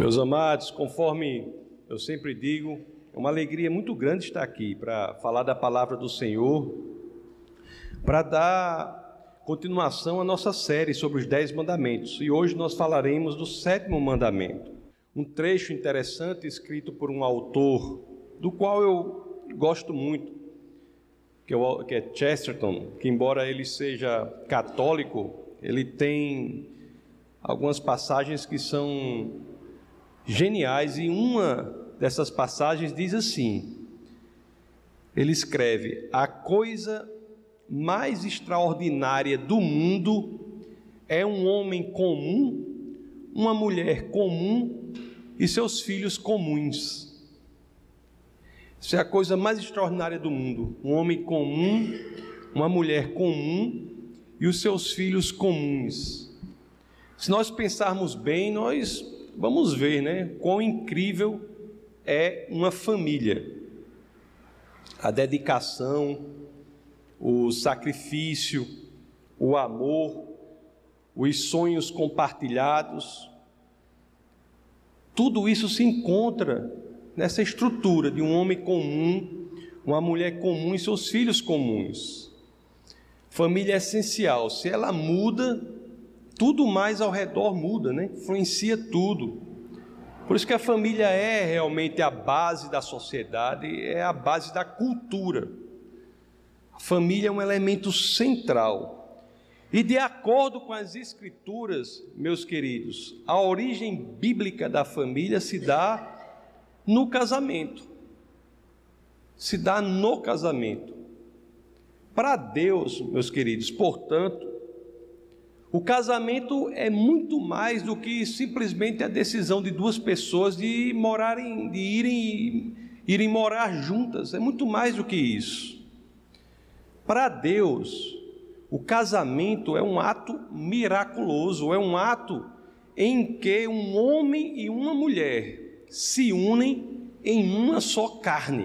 Meus amados, conforme eu sempre digo, é uma alegria muito grande estar aqui para falar da palavra do Senhor, para dar continuação à nossa série sobre os 10 mandamentos. E hoje nós falaremos do 7º mandamento, um trecho interessante escrito por um autor, do qual eu gosto muito, que é Chesterton, que embora ele seja católico, ele tem algumas passagens que são geniais, e uma dessas passagens diz assim, ele escreve: a coisa mais extraordinária do mundo é um homem comum, uma mulher comum e seus filhos comuns. Isso é a coisa mais extraordinária do mundo, um homem comum, uma mulher comum e os seus filhos comuns. Se nós pensarmos bem, nós vamos ver, quão incrível é uma família. A dedicação, o sacrifício, o amor, os sonhos compartilhados, tudo isso se encontra nessa estrutura de um homem comum, uma mulher comum e seus filhos comuns. Família é essencial. Se ela muda, tudo mais ao redor muda, influencia tudo. Por isso que a família é realmente a base da sociedade, é a base da cultura. A família é um elemento central. E de acordo com as Escrituras, meus queridos, a origem bíblica da família se dá no casamento. Se dá no casamento. Para Deus, meus queridos, portanto, o casamento é muito mais do que simplesmente a decisão de duas pessoas de irem morar juntas. É muito mais do que isso. Para Deus, o casamento é um ato miraculoso, é um ato em que um homem e uma mulher se unem em uma só carne.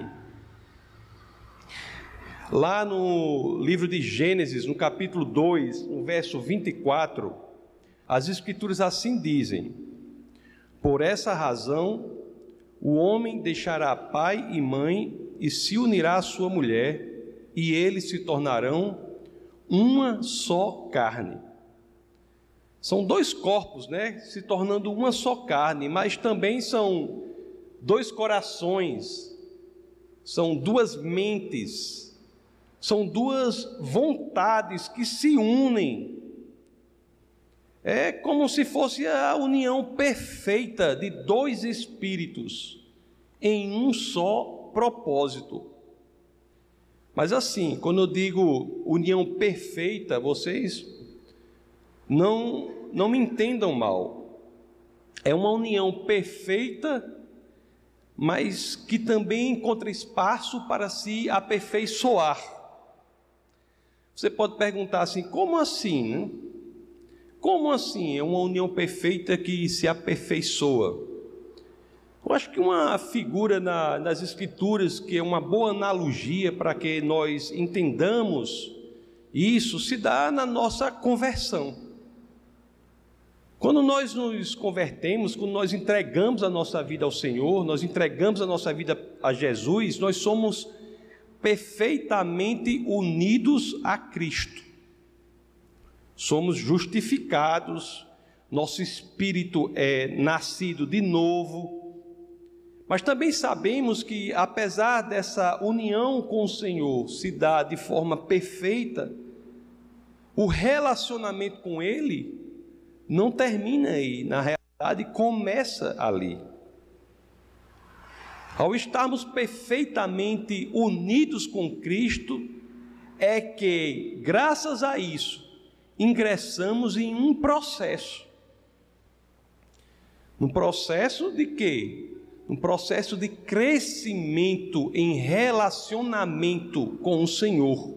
Lá no livro de Gênesis, no capítulo 2, no verso 24, as Escrituras assim dizem: por essa razão, o homem deixará pai e mãe e se unirá à sua mulher, e eles se tornarão uma só carne. São dois corpos, se tornando uma só carne, mas também são dois corações, são duas mentes, são duas vontades que se unem. É como se fosse a união perfeita de dois espíritos em um só propósito. Mas assim, quando eu digo união perfeita, vocês não me entendam mal. É uma união perfeita, mas que também encontra espaço para se aperfeiçoar. Você pode perguntar assim, como assim, Como assim é uma união perfeita que se aperfeiçoa? Eu acho que uma figura nas Escrituras, que é uma boa analogia para que nós entendamos isso, se dá na nossa conversão. Quando nós nos convertemos, quando nós entregamos a nossa vida ao Senhor, nós entregamos a nossa vida a Jesus, nós somos perfeitamente unidos a Cristo. Somos justificados, nosso espírito é nascido de novo, mas também sabemos que, apesar dessa união com o Senhor se dar de forma perfeita, o relacionamento com Ele não termina aí, na realidade começa ali. Ao estarmos perfeitamente unidos com Cristo, é que, graças a isso, ingressamos em um processo. Um processo de quê? Um processo de crescimento em relacionamento com o Senhor.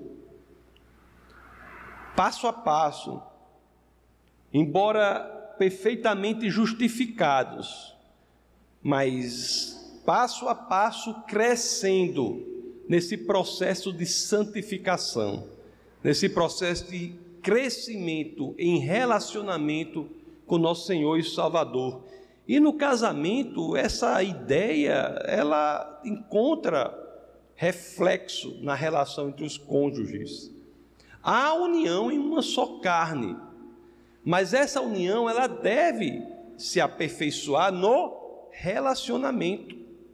Passo a passo, embora perfeitamente justificados, mas passo a passo crescendo nesse processo de santificação, nesse processo de crescimento em relacionamento com nosso Senhor e Salvador. E no casamento, essa ideia, ela encontra reflexo na relação entre os cônjuges. Há união em uma só carne, mas essa união, ela deve se aperfeiçoar no relacionamento.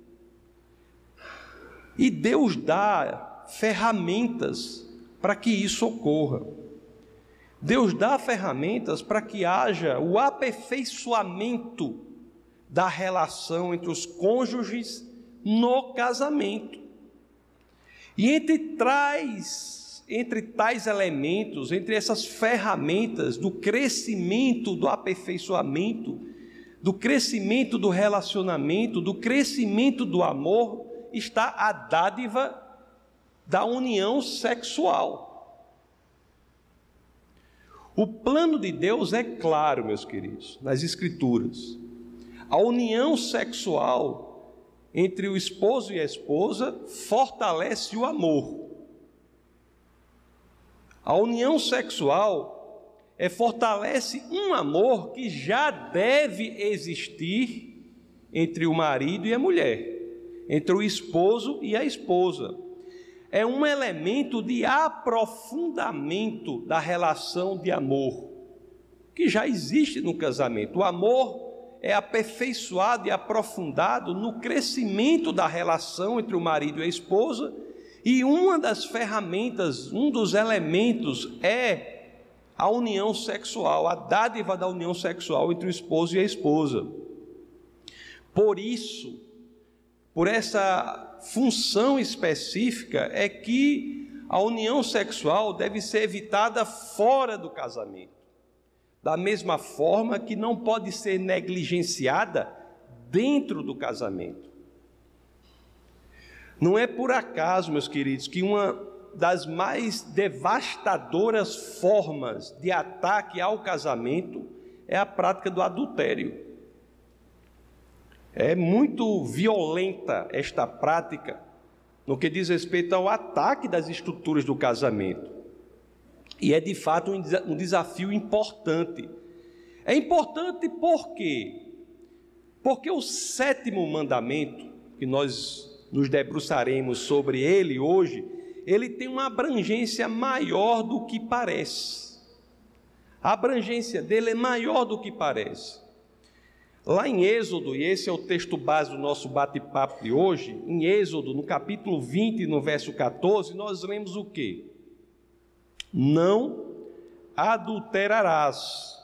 E Deus dá ferramentas para que isso ocorra. Deus dá ferramentas para que haja o aperfeiçoamento da relação entre os cônjuges no casamento. E entre tais elementos, entre essas ferramentas do crescimento, do aperfeiçoamento, do crescimento do relacionamento, do crescimento do amor, está a dádiva da união sexual. O plano de Deus é claro, meus queridos, nas Escrituras. A união sexual entre o esposo e a esposa fortalece o amor. A união sexual fortalece um amor que já deve existir entre o marido e a mulher, entre o esposo e a esposa. É um elemento de aprofundamento da relação de amor que já existe no casamento. O amor é aperfeiçoado e aprofundado no crescimento da relação entre o marido e a esposa, e uma das ferramentas, um dos elementos é a união sexual, a dádiva da união sexual entre o esposo e a esposa. Por isso, por essa função específica, é que a união sexual deve ser evitada fora do casamento. Da mesma forma que não pode ser negligenciada dentro do casamento. Não é por acaso, meus queridos, que uma das mais devastadoras formas de ataque ao casamento é a prática do adultério. É muito violenta esta prática no que diz respeito ao ataque das estruturas do casamento. E é de fato um desafio importante. É importante por quê? Porque o 7º mandamento, que nós nos debruçaremos sobre ele hoje, ele tem uma abrangência maior do que parece. A abrangência dele é maior do que parece. Lá em Êxodo, e esse é o texto base do nosso bate-papo de hoje, em Êxodo, no capítulo 20, no verso 14, nós lemos o quê? Não adulterarás.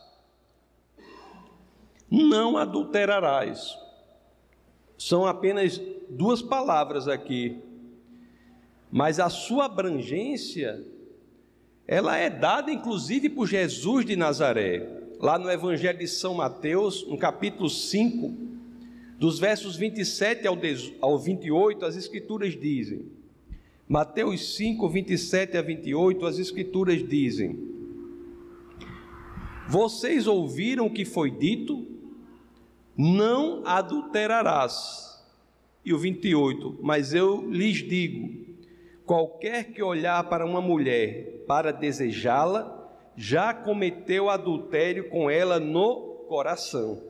Não adulterarás. São apenas 2 palavras aqui, mas a sua abrangência, ela é dada inclusive por Jesus de Nazaré. Lá no Evangelho de São Mateus, no capítulo 5, dos versos 27 ao 28, as Escrituras dizem, Mateus 5, 27 a 28, as Escrituras dizem: vocês ouviram o que foi dito, não adulterarás. E o 28, mas eu lhes digo, qualquer que olhar para uma mulher para desejá-la, já cometeu adultério com ela no coração.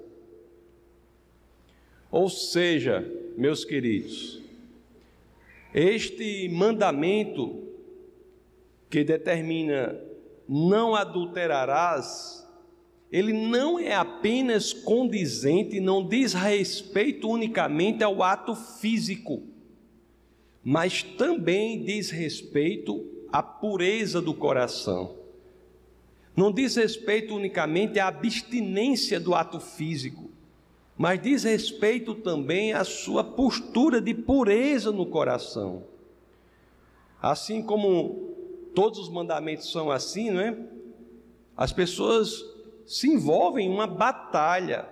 Ou seja, meus queridos, este mandamento que determina não adulterarás, ele não é apenas condizente, não diz respeito unicamente ao ato físico, mas também diz respeito à pureza do coração. Não diz respeito unicamente à abstinência do ato físico, mas diz respeito também à sua postura de pureza no coração. Assim como todos os mandamentos são assim, não é? As pessoas se envolvem em uma batalha,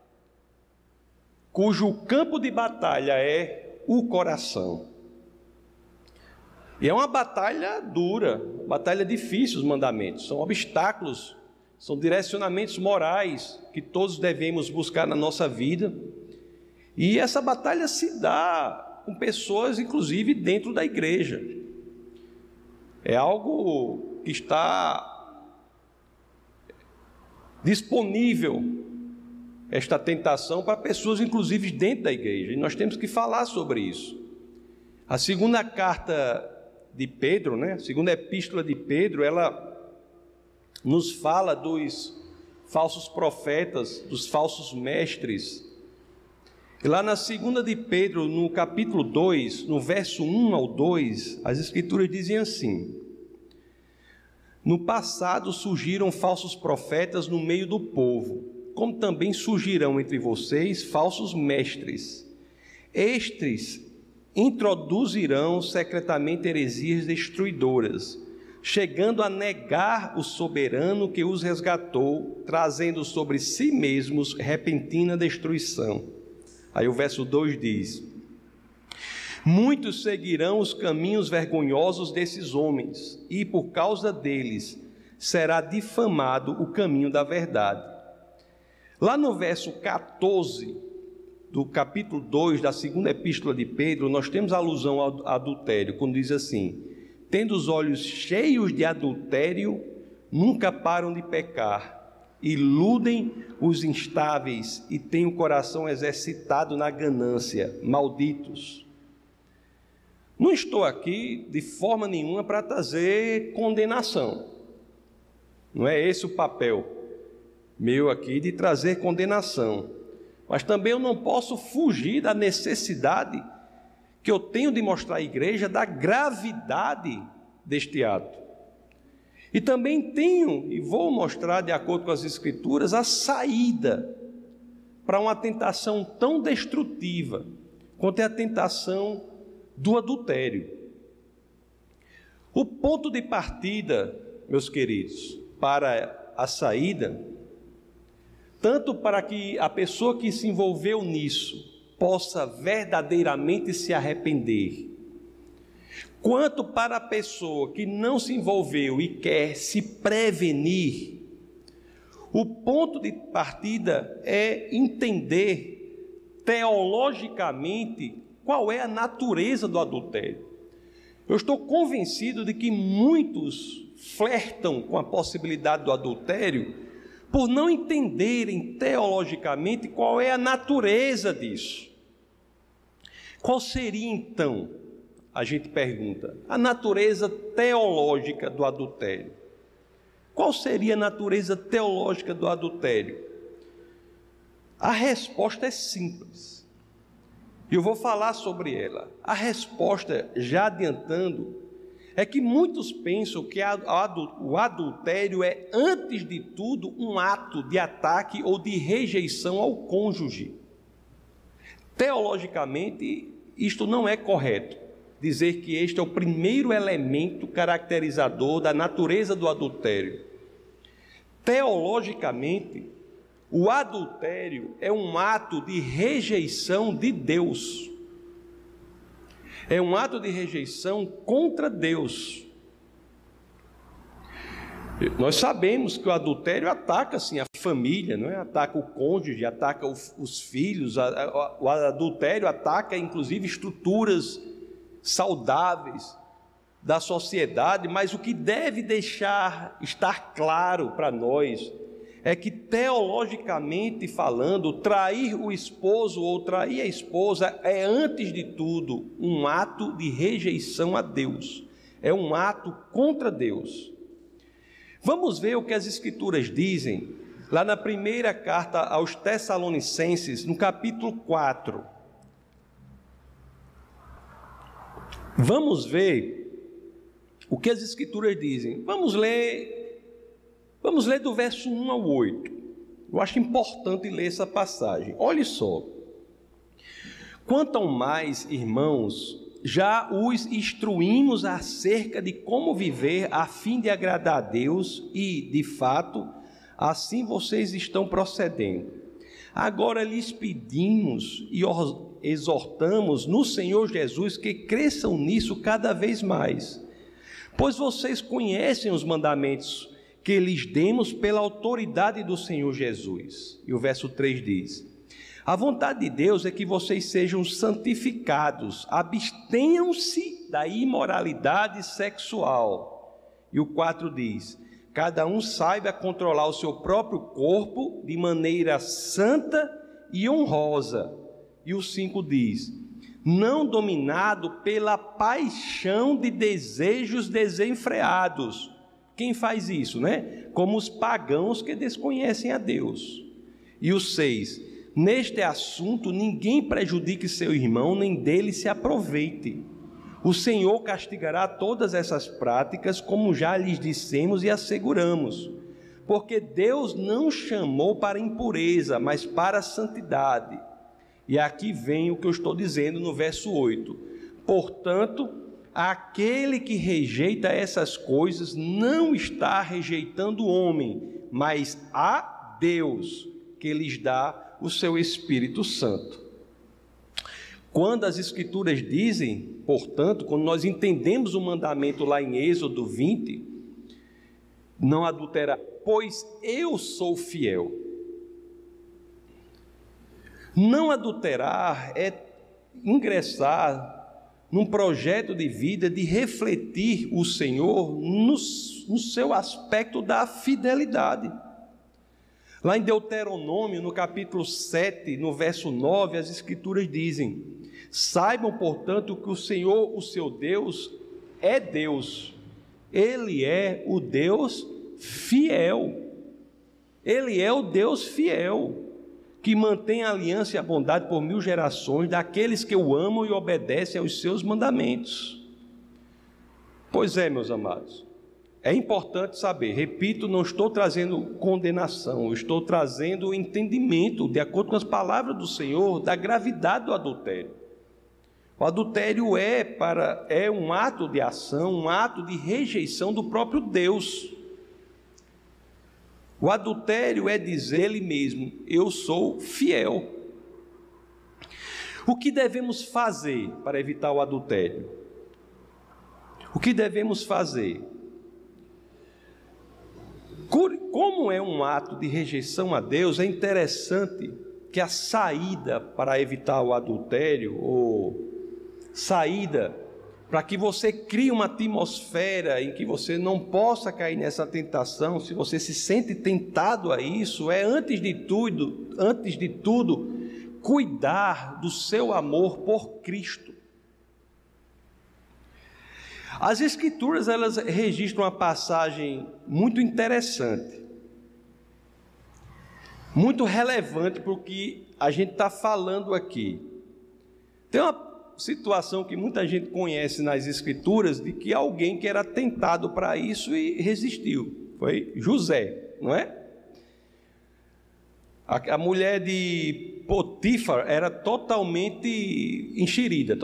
cujo campo de batalha é o coração. E é uma batalha dura, batalha difícil os mandamentos, são obstáculos, são direcionamentos morais que todos devemos buscar na nossa vida. E essa batalha se dá com pessoas, inclusive, dentro da igreja. É algo que está disponível esta tentação para pessoas, inclusive, dentro da igreja. E nós temos que falar sobre isso. A segunda carta de Pedro, a segunda epístola de Pedro, ela nos fala dos falsos profetas, dos falsos mestres. E lá na segunda de Pedro, no capítulo 2, no verso 1 ao 2, as escrituras dizem assim: no passado surgiram falsos profetas no meio do povo, como também surgirão entre vocês falsos mestres. Estes introduzirão secretamente heresias destruidoras, chegando a negar o soberano que os resgatou, trazendo sobre si mesmos repentina destruição. Aí o verso 2 diz: muitos seguirão os caminhos vergonhosos desses homens, e por causa deles será difamado o caminho da verdade. Lá no verso 14 do capítulo 2 da segunda epístola de Pedro, nós temos alusão ao adultério, quando diz assim: tendo os olhos cheios de adultério, nunca param de pecar, iludem os instáveis e têm o coração exercitado na ganância, malditos. Não estou aqui de forma nenhuma para trazer condenação, não é esse o papel meu aqui, de trazer condenação, mas também eu não posso fugir da necessidade que eu tenho de mostrar à igreja da gravidade deste ato. E também tenho, e vou mostrar de acordo com as escrituras, a saída para uma tentação tão destrutiva quanto é a tentação do adultério. O ponto de partida, meus queridos, para a saída, tanto para que a pessoa que se envolveu nisso possa verdadeiramente se arrepender, quanto para a pessoa que não se envolveu e quer se prevenir, o ponto de partida é entender teologicamente qual é a natureza do adultério. Eu estou convencido de que muitos flertam com a possibilidade do adultério por não entenderem teologicamente qual é a natureza disso. Qual seria então, a gente pergunta, a natureza teológica do adultério? Qual seria a natureza teológica do adultério? A resposta é simples. E eu vou falar sobre ela. A resposta, já adiantando, é que muitos pensam que o adultério é, antes de tudo, um ato de ataque ou de rejeição ao cônjuge. Teologicamente, isto não é correto, dizer que este é o primeiro elemento caracterizador da natureza do adultério. Teologicamente, o adultério é um ato de rejeição de Deus. É um ato de rejeição contra Deus. Nós sabemos que o adultério ataca assim a família, não é? Ataca o cônjuge, ataca os filhos. O adultério ataca inclusive estruturas saudáveis da sociedade, mas o que deve estar claro para nós é que, teologicamente falando, trair o esposo ou trair a esposa é, antes de tudo, um ato de rejeição a Deus, é um ato contra Deus. Vamos ver o que as Escrituras dizem, lá na primeira carta aos Tessalonicenses, no capítulo 4. Vamos ver o que as Escrituras dizem. Vamos ler do verso 1 ao 8. Eu acho importante ler essa passagem. Olhe só. Quanto ao mais, irmãos, já os instruímos acerca de como viver a fim de agradar a Deus e, de fato, assim vocês estão procedendo. Agora lhes pedimos e exortamos no Senhor Jesus que cresçam nisso cada vez mais, pois vocês conhecem os mandamentos que lhes demos pela autoridade do Senhor Jesus. E o verso 3 diz: a vontade de Deus é que vocês sejam santificados, abstenham-se da imoralidade sexual. E o 4 diz: cada um saiba controlar o seu próprio corpo de maneira santa e honrosa. E o 5 diz: não dominado pela paixão de desejos desenfreados. Quem faz isso, né? Como os pagãos que desconhecem a Deus. E o 6: neste assunto ninguém prejudique seu irmão, nem dele se aproveite. O Senhor castigará todas essas práticas, como já lhes dissemos e asseguramos, porque Deus não chamou para impureza, mas para a santidade. E aqui vem o que eu estou dizendo no verso 8: portanto, aquele que rejeita essas coisas não está rejeitando o homem, mas a Deus, que lhes dá o seu Espírito Santo. Quando as Escrituras dizem, portanto, quando nós entendemos o mandamento lá em Êxodo 20, não adulterar, pois eu sou fiel. Não adulterar é ingressar num projeto de vida de refletir o Senhor no seu aspecto da fidelidade. Lá em Deuteronômio, no capítulo 7, no verso 9, as Escrituras dizem: saibam, portanto, que o Senhor, o seu Deus, é Deus. Ele é o Deus fiel. Ele é o Deus fiel, que mantém a aliança e a bondade por 1000 gerações daqueles que o amam e obedecem aos seus mandamentos. Pois é, meus amados, é importante saber, repito, não estou trazendo condenação, estou trazendo entendimento, de acordo com as palavras do Senhor, da gravidade do adultério. O adultério é um ato de ação, um ato de rejeição do próprio Deus. O adultério é dizer ele mesmo: eu sou fiel. O que devemos fazer para evitar o adultério? O que devemos fazer? Como é um ato de rejeição a Deus, é interessante que a saída para evitar o adultério, ou saída para que você crie uma atmosfera em que você não possa cair nessa tentação, se você se sente tentado a isso, é antes de tudo, cuidar do seu amor por Cristo. As Escrituras, elas registram uma passagem muito interessante, muito relevante para o que a gente está falando aqui. Tem uma situação que muita gente conhece nas Escrituras, de que alguém que era tentado para isso e resistiu, foi José, não é? A mulher de Potifar era totalmente enxerida.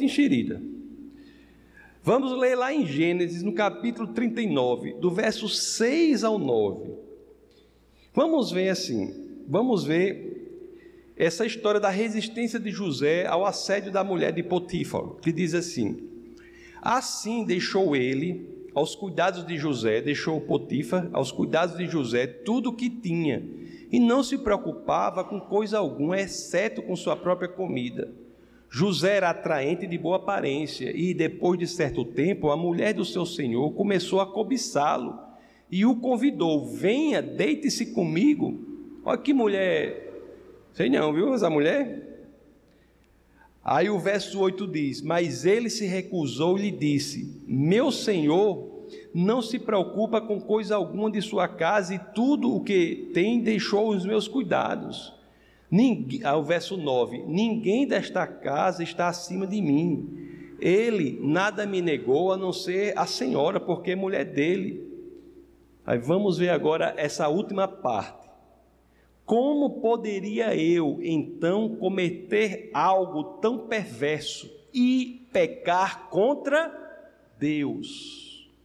Vamos ler lá em Gênesis, no capítulo 39, do verso 6 ao 9. Vamos ver essa história da resistência de José ao assédio da mulher de Potifar, que diz assim: assim deixou ele aos cuidados de José, deixou Potifar aos cuidados de José tudo o que tinha, e não se preocupava com coisa alguma, exceto com sua própria comida. José era atraente e de boa aparência, e depois de certo tempo, a mulher do seu senhor começou a cobiçá-lo, e o convidou: venha, deite-se comigo. Olha que mulher, sei não, viu, essa mulher? Aí o verso 8 diz: mas ele se recusou e lhe disse: meu senhor não se preocupa com coisa alguma de sua casa, e tudo o que tem deixou os meus cuidados. O verso 9: ninguém desta casa está acima de mim. Ele nada me negou, a não ser a senhora, porque é mulher dele. Aí vamos ver agora essa última parte. Como poderia eu, então, cometer algo tão perverso e pecar contra Deus?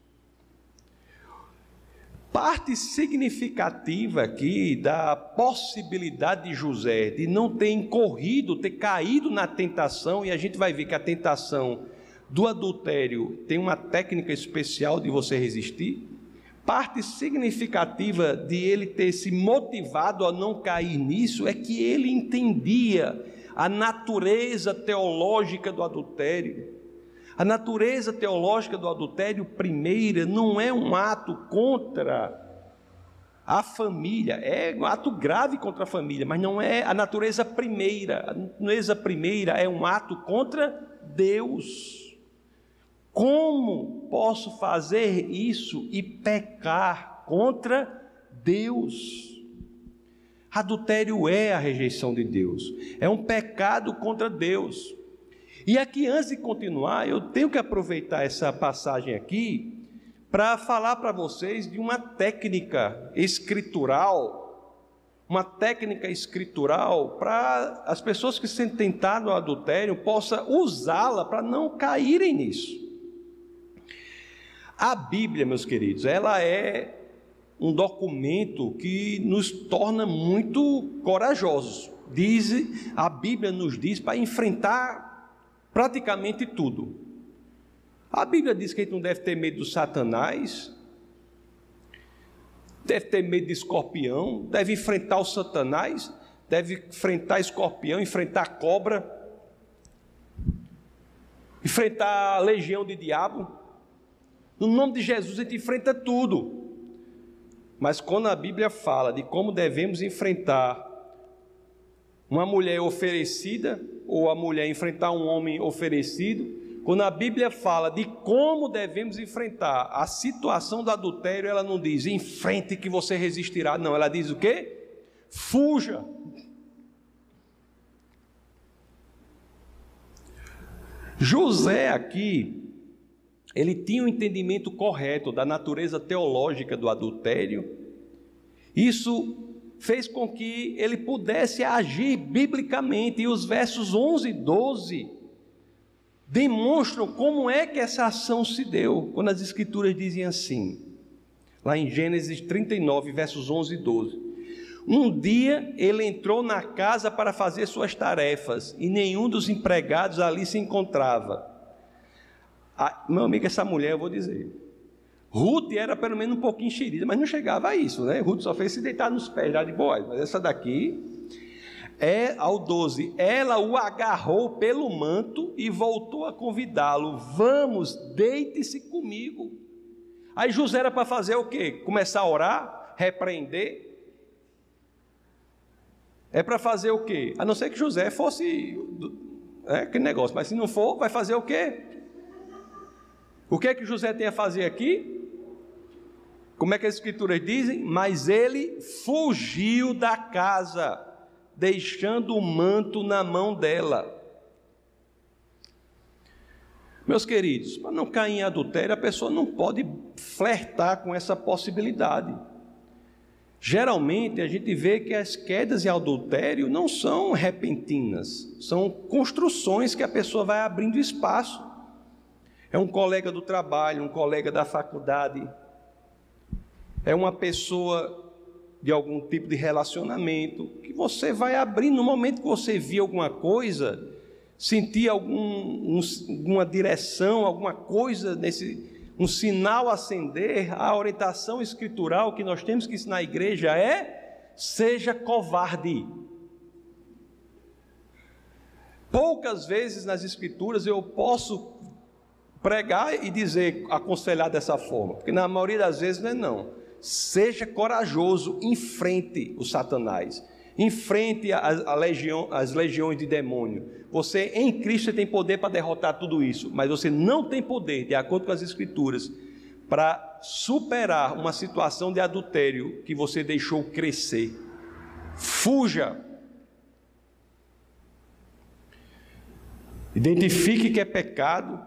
Parte significativa aqui da possibilidade de José de não ter caído na tentação, e a gente vai ver que a tentação do adultério tem uma técnica especial de você resistir. Parte significativa de ele ter se motivado a não cair nisso é que ele entendia a natureza teológica do adultério. A natureza teológica do adultério, primeira, não é um ato contra a família, é um ato grave contra a família, mas não é a natureza primeira. A natureza primeira é um ato contra Deus. Como posso fazer isso e pecar contra Deus? Adultério é a rejeição de Deus, é um pecado contra Deus. E aqui, antes de continuar, eu tenho que aproveitar essa passagem aqui para falar para vocês de uma técnica escritural, para as pessoas que se sentem tentadas ao adultério possam usá-la para não caírem nisso. A Bíblia, meus queridos, ela é um documento que nos torna muito corajosos. A Bíblia nos diz para enfrentar praticamente tudo. A Bíblia diz que a gente não deve ter medo do Satanás, deve ter medo de escorpião, deve enfrentar o Satanás, deve enfrentar escorpião, enfrentar cobra, enfrentar a legião de diabo. No nome de Jesus a gente enfrenta tudo. Mas quando a Bíblia fala de como devemos enfrentar uma mulher oferecida, ou a mulher enfrentar um homem oferecido, quando a Bíblia fala de como devemos enfrentar a situação do adultério, ela não diz, enfrente que você resistirá. Não, ela diz o quê? Fuja. José aqui, ele tinha um entendimento correto da natureza teológica do adultério. Isso fez com que ele pudesse agir biblicamente, e os versos 11 e 12 demonstram como é que essa ação se deu, quando as escrituras dizem assim, lá em Gênesis 39, versos 11 e 12. Um dia ele entrou na casa para fazer suas tarefas, e nenhum dos empregados ali se encontrava. Meu amigo, essa mulher, eu vou dizer, Ruth era pelo menos um pouquinho enxerida, mas não chegava a isso, né? Ruth só fez se deitar nos pés já de boa, mas essa daqui ao 12, ela o agarrou pelo manto e voltou a convidá-lo, vamos, deite-se comigo. Aí José era para fazer o quê? Começar a orar, repreender? É para fazer o quê? A não ser que José fosse aquele negócio, mas se não for, vai fazer o quê? O que é que José tem a fazer aqui? Como é que as escrituras dizem? Mas ele fugiu da casa, deixando o manto na mão dela. Meus queridos, para não cair em adultério, a pessoa não pode flertar com essa possibilidade. Geralmente a gente vê que as quedas em adultério não são repentinas, são construções que a pessoa vai abrindo espaço. É um colega do trabalho, um colega da faculdade, é uma pessoa de algum tipo de relacionamento, que você vai abrindo. No momento que você vê alguma coisa, sentir alguma direção, alguma coisa, um sinal acender, a orientação escritural que nós temos que ensinar à igreja é: seja covarde. Poucas vezes nas escrituras eu posso pregar e dizer, aconselhar dessa forma, porque na maioria das vezes não. Seja corajoso, enfrente o Satanás, enfrente as legiões de demônio. Você em Cristo tem poder para derrotar tudo isso, mas você não tem poder, de acordo com as escrituras, para superar uma situação de adultério que você deixou crescer. Fuja. Identifique que é pecado,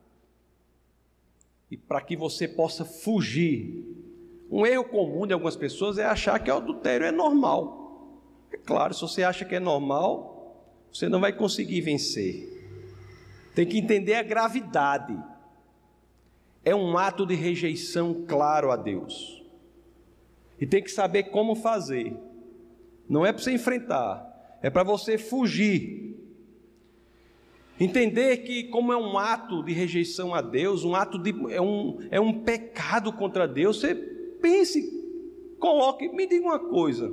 e para que você possa fugir. Um erro comum de algumas pessoas é achar que o adultério é normal. É claro, se você acha que é normal, você não vai conseguir vencer. Tem que entender a gravidade. É um ato de rejeição claro a Deus. E tem que saber como fazer. Não é para você enfrentar, é para você fugir. Entender que, como é um ato de rejeição a Deus, é um pecado contra Deus, você pense, coloque, me diga uma coisa: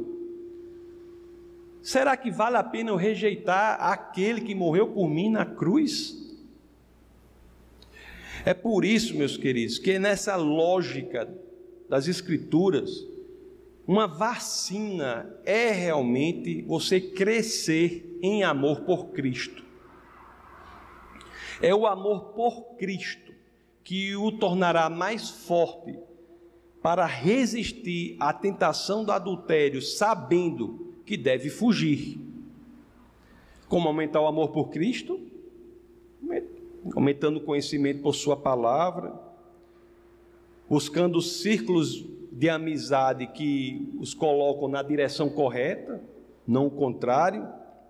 será que vale a pena eu rejeitar aquele que morreu por mim na cruz? É por isso, meus queridos, que nessa lógica das Escrituras, uma vacina é realmente você crescer em amor por Cristo. É o amor por Cristo que o tornará mais forte para resistir à tentação do adultério, sabendo que deve fugir. Como aumentar o amor por Cristo? Aumentando o conhecimento por sua palavra, buscando círculos de amizade que os colocam na direção correta, não o contrário.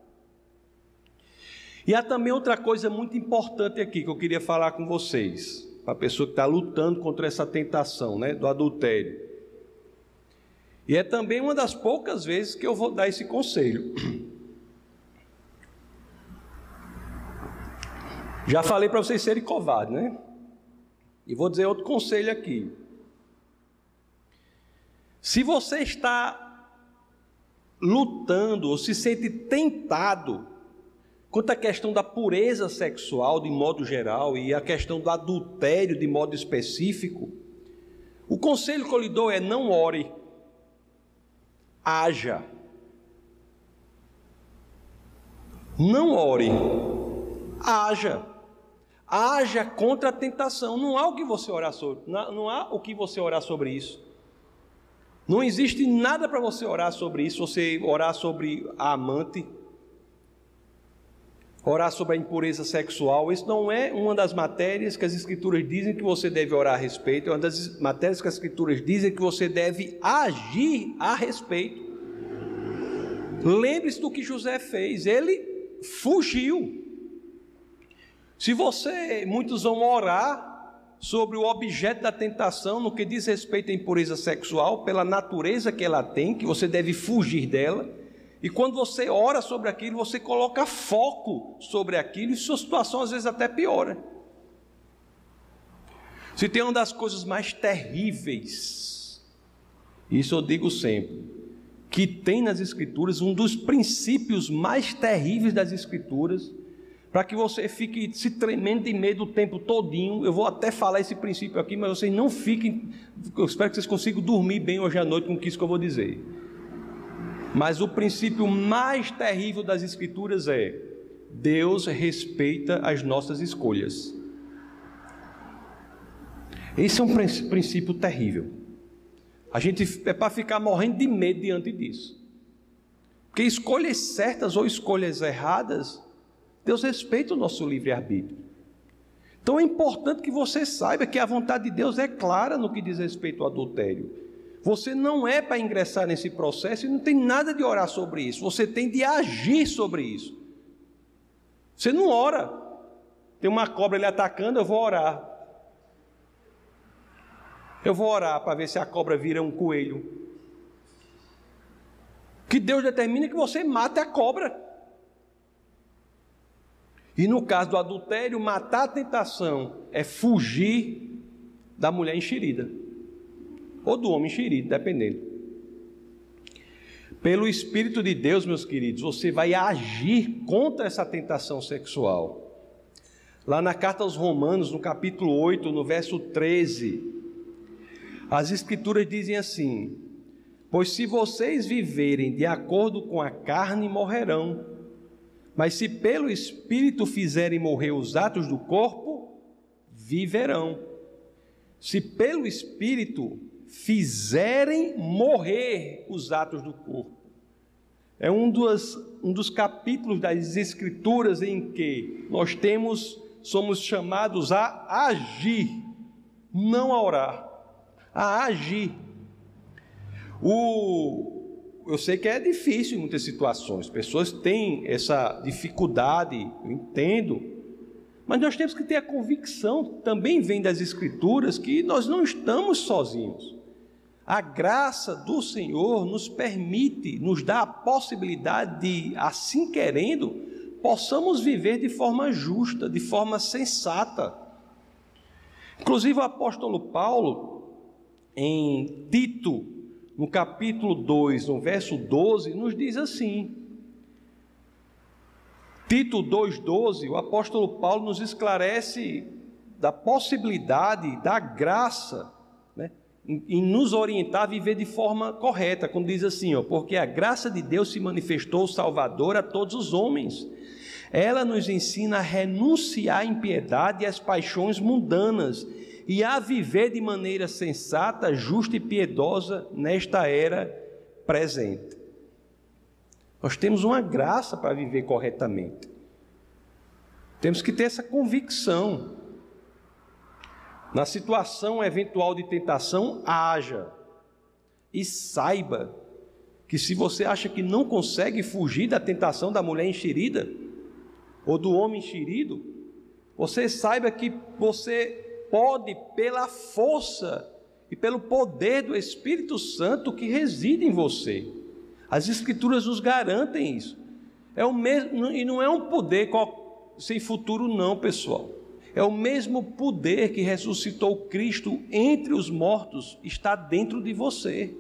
E há também outra coisa muito importante aqui que eu queria falar com vocês, para a pessoa que está lutando contra essa tentação, do adultério. E é também uma das poucas vezes que eu vou dar esse conselho. Já falei para vocês serem covardes, E vou dizer outro conselho aqui. Se você está lutando ou se sente tentado quanto à questão da pureza sexual de modo geral e a questão do adultério de modo específico, o conselho que eu lhe dou é: não ore, haja. Não ore, haja. Haja contra a tentação. Não há o que você orar sobre, não há o que você orar sobre isso. Não existe nada para você orar sobre isso. Você orar sobre a amante, orar sobre a impureza sexual, isso não é uma das matérias que as Escrituras dizem que você deve orar a respeito. É uma das matérias que as Escrituras dizem que você deve agir a respeito. Lembre-se do que José fez. Ele fugiu. Se muitos vão orar sobre o objeto da tentação no que diz respeito à impureza sexual, pela natureza que ela tem, que você deve fugir dela, e quando você ora sobre aquilo, você coloca foco sobre aquilo, e sua situação às vezes até piora. Se tem uma das coisas mais terríveis, isso eu digo sempre, que tem nas Escrituras, um dos princípios mais terríveis das Escrituras, para que você fique se tremendo de medo o tempo todinho. Eu vou até falar esse princípio aqui, mas vocês não fiquem, eu espero que vocês consigam dormir bem hoje à noite com isso que eu vou dizer. Mas o princípio mais terrível das Escrituras é: Deus respeita as nossas escolhas. Esse é um princípio terrível. A gente é para ficar morrendo de medo diante disso, porque escolhas certas ou escolhas erradas, Deus respeita o nosso livre-arbítrio. Então é importante que você saiba que a vontade de Deus é clara no que diz respeito ao adultério. Você não é para ingressar nesse processo e não tem nada de orar sobre isso. Você tem de agir sobre isso. Você não ora. Tem uma cobra lhe atacando, eu vou orar. Eu vou orar para ver se a cobra vira um coelho. Que Deus determina que você mate a cobra. E no caso do adultério, matar a tentação é fugir da mulher enxerida, ou do homem enxerido, dependendo. Pelo Espírito de Deus, meus queridos, você vai agir contra essa tentação sexual. Lá na carta aos Romanos, no capítulo 8, no verso 13, as Escrituras dizem assim: pois se vocês viverem de acordo com a carne, morrerão. Mas se pelo Espírito fizerem morrer os atos do corpo, viverão. Se pelo Espírito fizerem morrer os atos do corpo. É um dos capítulos das Escrituras em que nós somos chamados a agir, não a orar, a agir. Eu sei que é difícil em muitas situações, pessoas têm essa dificuldade, eu entendo, mas nós temos que ter a convicção, também vem das Escrituras, que nós não estamos sozinhos. A graça do Senhor nos permite, nos dá a possibilidade de, assim querendo, possamos viver de forma justa, de forma sensata. Inclusive o apóstolo Paulo, em Tito, no capítulo 2, no verso 12, nos diz assim, Tito 2,12, o apóstolo Paulo nos esclarece da possibilidade, da graça, né, em nos orientar a viver de forma correta, quando diz assim, porque a graça de Deus se manifestou salvadora a todos os homens. Ela nos ensina a renunciar à impiedade e às paixões mundanas e a viver de maneira sensata, justa e piedosa nesta era presente. Nós temos uma graça para viver corretamente. Temos que ter essa convicção. Na situação eventual de tentação, haja e saiba que se você acha que não consegue fugir da tentação da mulher enxerida ou do homem enxerido, você saiba que você pode, pela força e pelo poder do Espírito Santo que reside em você. As Escrituras nos garantem isso. É o mesmo, e não é um poder sem futuro não, pessoal. É o mesmo poder que ressuscitou Cristo entre os mortos, está dentro de você.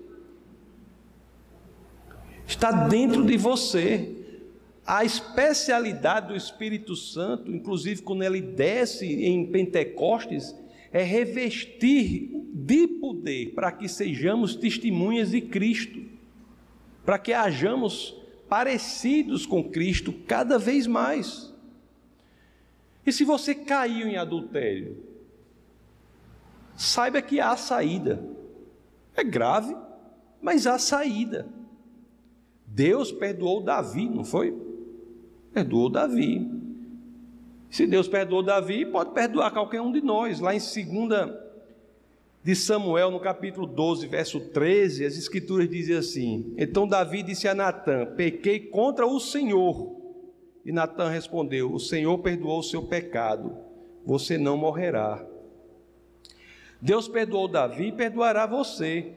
Está dentro de você. A especialidade do Espírito Santo, inclusive quando ele desce em Pentecostes, é revestir de poder para que sejamos testemunhas de Cristo, para que hajamos parecidos com Cristo cada vez mais. E se você caiu em adultério, saiba que há saída. É grave, mas há saída. Deus perdoou Davi, não foi? Perdoou Davi. Se Deus perdoou Davi, pode perdoar qualquer um de nós. Lá em 2 de Samuel, no capítulo 12, verso 13, as Escrituras dizem assim: então Davi disse a Natã: pequei contra o Senhor. E Natã respondeu: o Senhor perdoou o seu pecado, você não morrerá. Deus perdoou Davi e perdoará você.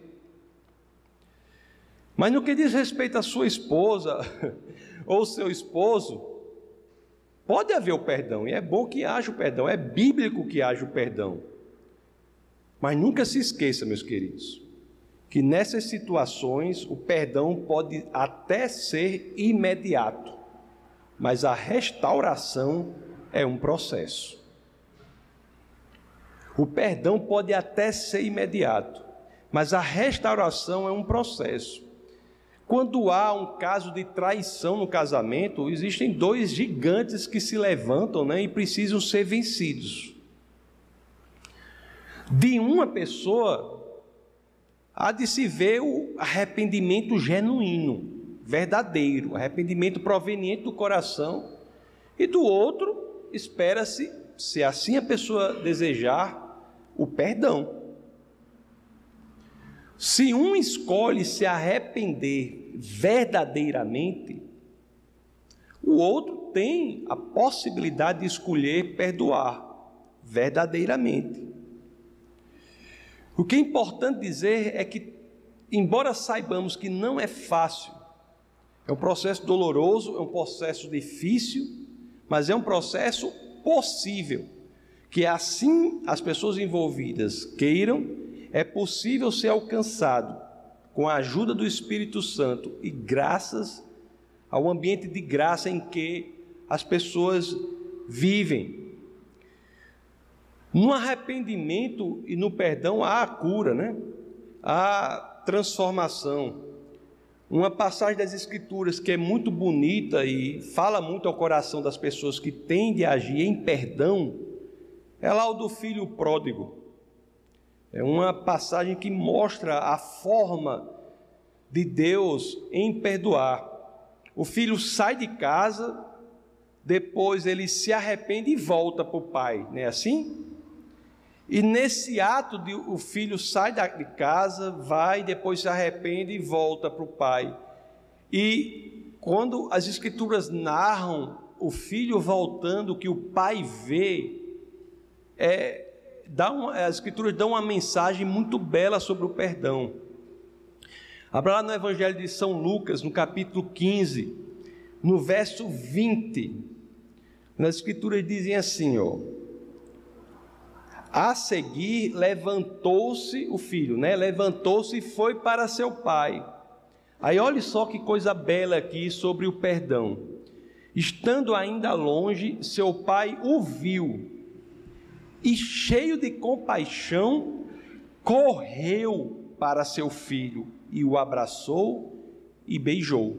Mas no que diz respeito à sua esposa ou seu esposo, pode haver o perdão, e é bom que haja o perdão, é bíblico que haja o perdão. Mas nunca se esqueça, meus queridos, que nessas situações o perdão pode até ser imediato, mas a restauração é um processo. O perdão pode até ser imediato, mas a restauração é um processo. Quando há um caso de traição no casamento, existem dois gigantes que se levantam, e precisam ser vencidos. De uma pessoa há de se ver o arrependimento genuíno, verdadeiro, arrependimento proveniente do coração, e do outro espera-se, se assim a pessoa desejar, o perdão. Se um escolhe se arrepender verdadeiramente, o outro tem a possibilidade de escolher perdoar verdadeiramente. O que é importante dizer é que, embora saibamos que não é fácil, é um processo doloroso, é um processo difícil, mas é um processo possível, que assim as pessoas envolvidas queiram, é possível ser alcançado com a ajuda do Espírito Santo e graças ao ambiente de graça em que as pessoas vivem. No arrependimento e no perdão há a cura, há transformação. Uma passagem das Escrituras que é muito bonita e fala muito ao coração das pessoas que tendem a agir em perdão, é lá o do filho pródigo. É uma passagem que mostra a forma de Deus em perdoar. O filho sai de casa, depois ele se arrepende e volta para o pai, não é assim? E nesse ato de o filho sai de casa, vai, depois se arrepende e volta para o pai. E quando as Escrituras narram o filho voltando, o que o pai vê, as Escrituras dão uma mensagem muito bela sobre o perdão. Abra lá no Evangelho de São Lucas, no capítulo 15, no verso 20, as Escrituras dizem assim, a seguir levantou-se o filho, levantou-se e foi para seu pai. Aí olha só que coisa bela aqui sobre o perdão. Estando ainda longe, seu pai o viu e, cheio de compaixão, correu para seu filho e o abraçou e beijou.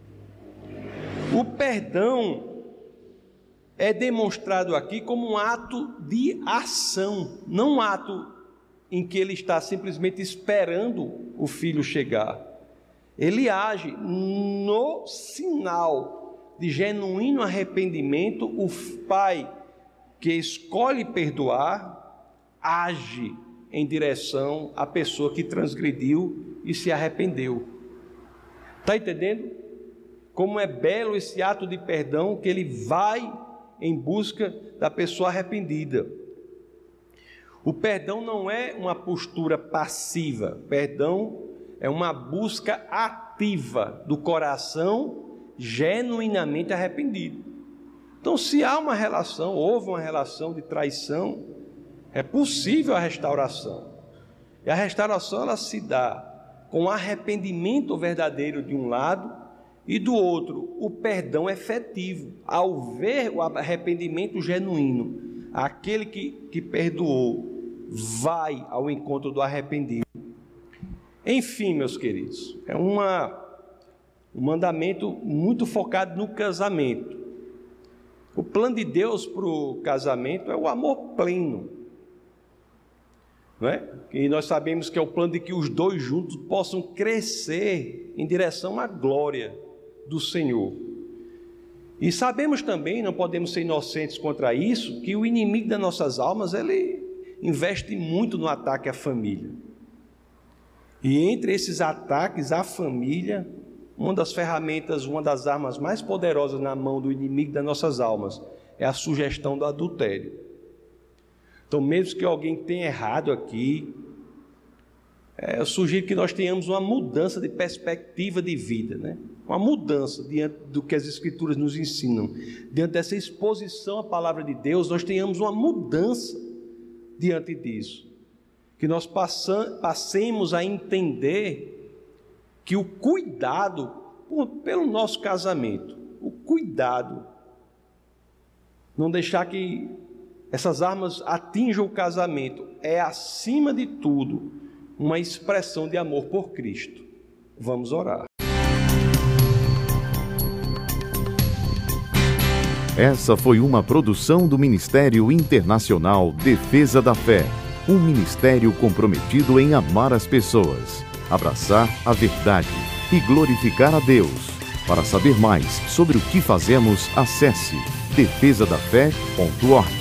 O perdão é demonstrado aqui como um ato de ação, não um ato em que ele está simplesmente esperando o filho chegar. Ele age no sinal de genuíno arrependimento. O pai que escolhe perdoar age em direção à pessoa que transgrediu e se arrependeu. Está entendendo? Como é belo esse ato de perdão, que ele vai em busca da pessoa arrependida. O perdão não é uma postura passiva. Perdão é uma busca ativa do coração genuinamente arrependido. Então, se há uma relação, houve uma relação de traição, é possível a restauração. E a restauração, ela se dá com arrependimento verdadeiro de um lado e do outro, o perdão efetivo. Ao ver o arrependimento genuíno, aquele que perdoou vai ao encontro do arrependido. Enfim, meus queridos, é um mandamento muito focado no casamento. O plano de Deus para o casamento é o amor pleno, não é? E nós sabemos que é o plano de que os dois juntos possam crescer em direção à glória do Senhor. E sabemos também, não podemos ser inocentes contra isso, que o inimigo das nossas almas, ele investe muito no ataque à família. E entre esses ataques à família, uma das ferramentas, uma das armas mais poderosas na mão do inimigo das nossas almas é a sugestão do adultério. Então, mesmo que alguém tenha errado aqui, eu sugiro que nós tenhamos uma mudança de perspectiva de vida, né? Uma mudança diante do que as Escrituras nos ensinam. Diante dessa exposição à palavra de Deus, nós tenhamos uma mudança diante disso. Que nós passemos a entender que o cuidado pelo nosso casamento, o cuidado, não deixar que essas armas atinjam o casamento, é acima de tudo uma expressão de amor por Cristo. Vamos orar. Essa foi uma produção do Ministério Internacional Defesa da Fé, um ministério comprometido em amar as pessoas, abraçar a verdade e glorificar a Deus. Para saber mais sobre o que fazemos, acesse defesadafé.org.